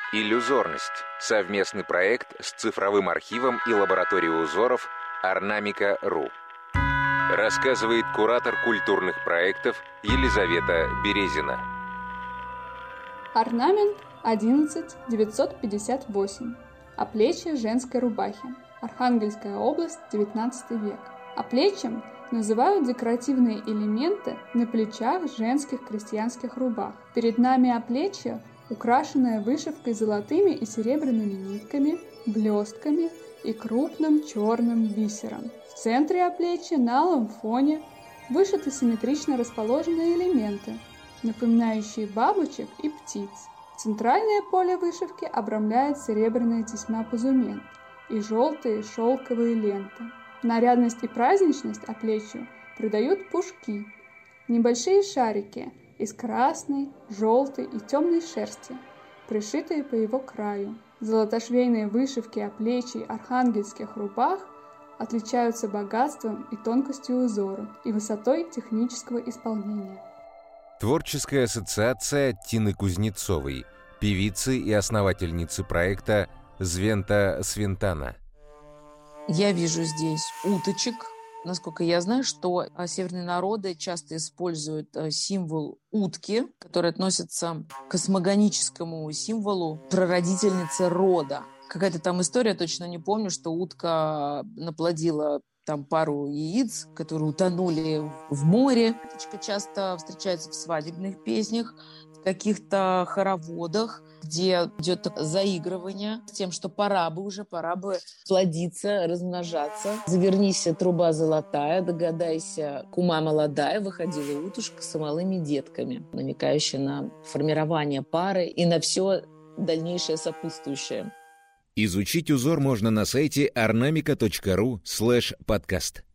Иллюзорность. Совместный проект с цифровым архивом и лабораторией узоров Орнамика.ру. Рассказывает куратор культурных проектов Елизавета Березина. Орнамент 11958. Оплечье женской рубахи. Архангельская область, 19 век. Оплечьем называют декоративные элементы на плечах женских крестьянских рубах. Перед нами оплечье, украшенная вышивкой золотыми и серебряными нитками, блестками и крупным черным бисером. В центре оплечья на алом фоне вышиты симметрично расположенные элементы, напоминающие бабочек и птиц. Центральное поле вышивки обрамляет серебряная тесьма-позумент и желтые шелковые ленты. Нарядность и праздничность оплечью придают пушки, небольшие шарики из красной, желтой и темной шерсти, пришитые по его краю. Золотошвейные вышивки оплечий архангельских рубах отличаются богатством и тонкостью узора и высотой технического исполнения. Творческая ассоциация Тины Кузнецовой, певицы и основательницы проекта «Звента Свентана». Я вижу здесь уточек. Насколько я знаю, что северные народы часто используют символ утки, который относится к космогоническому символу прародительницы рода. Какая-то там история, точно не помню, что утка наплодила там пару яиц, которые утонули в море. Уточка часто встречается в свадебных песнях, в каких-то хороводах, где идет заигрывание с тем, что пора бы плодиться, размножаться. Завернись, труба золотая, догадайся, кума молодая, выходила утушка с малыми детками, намекающая на формирование пары и на все дальнейшее сопутствующее. Изучить узор можно на сайте ornamica.ru/podcast.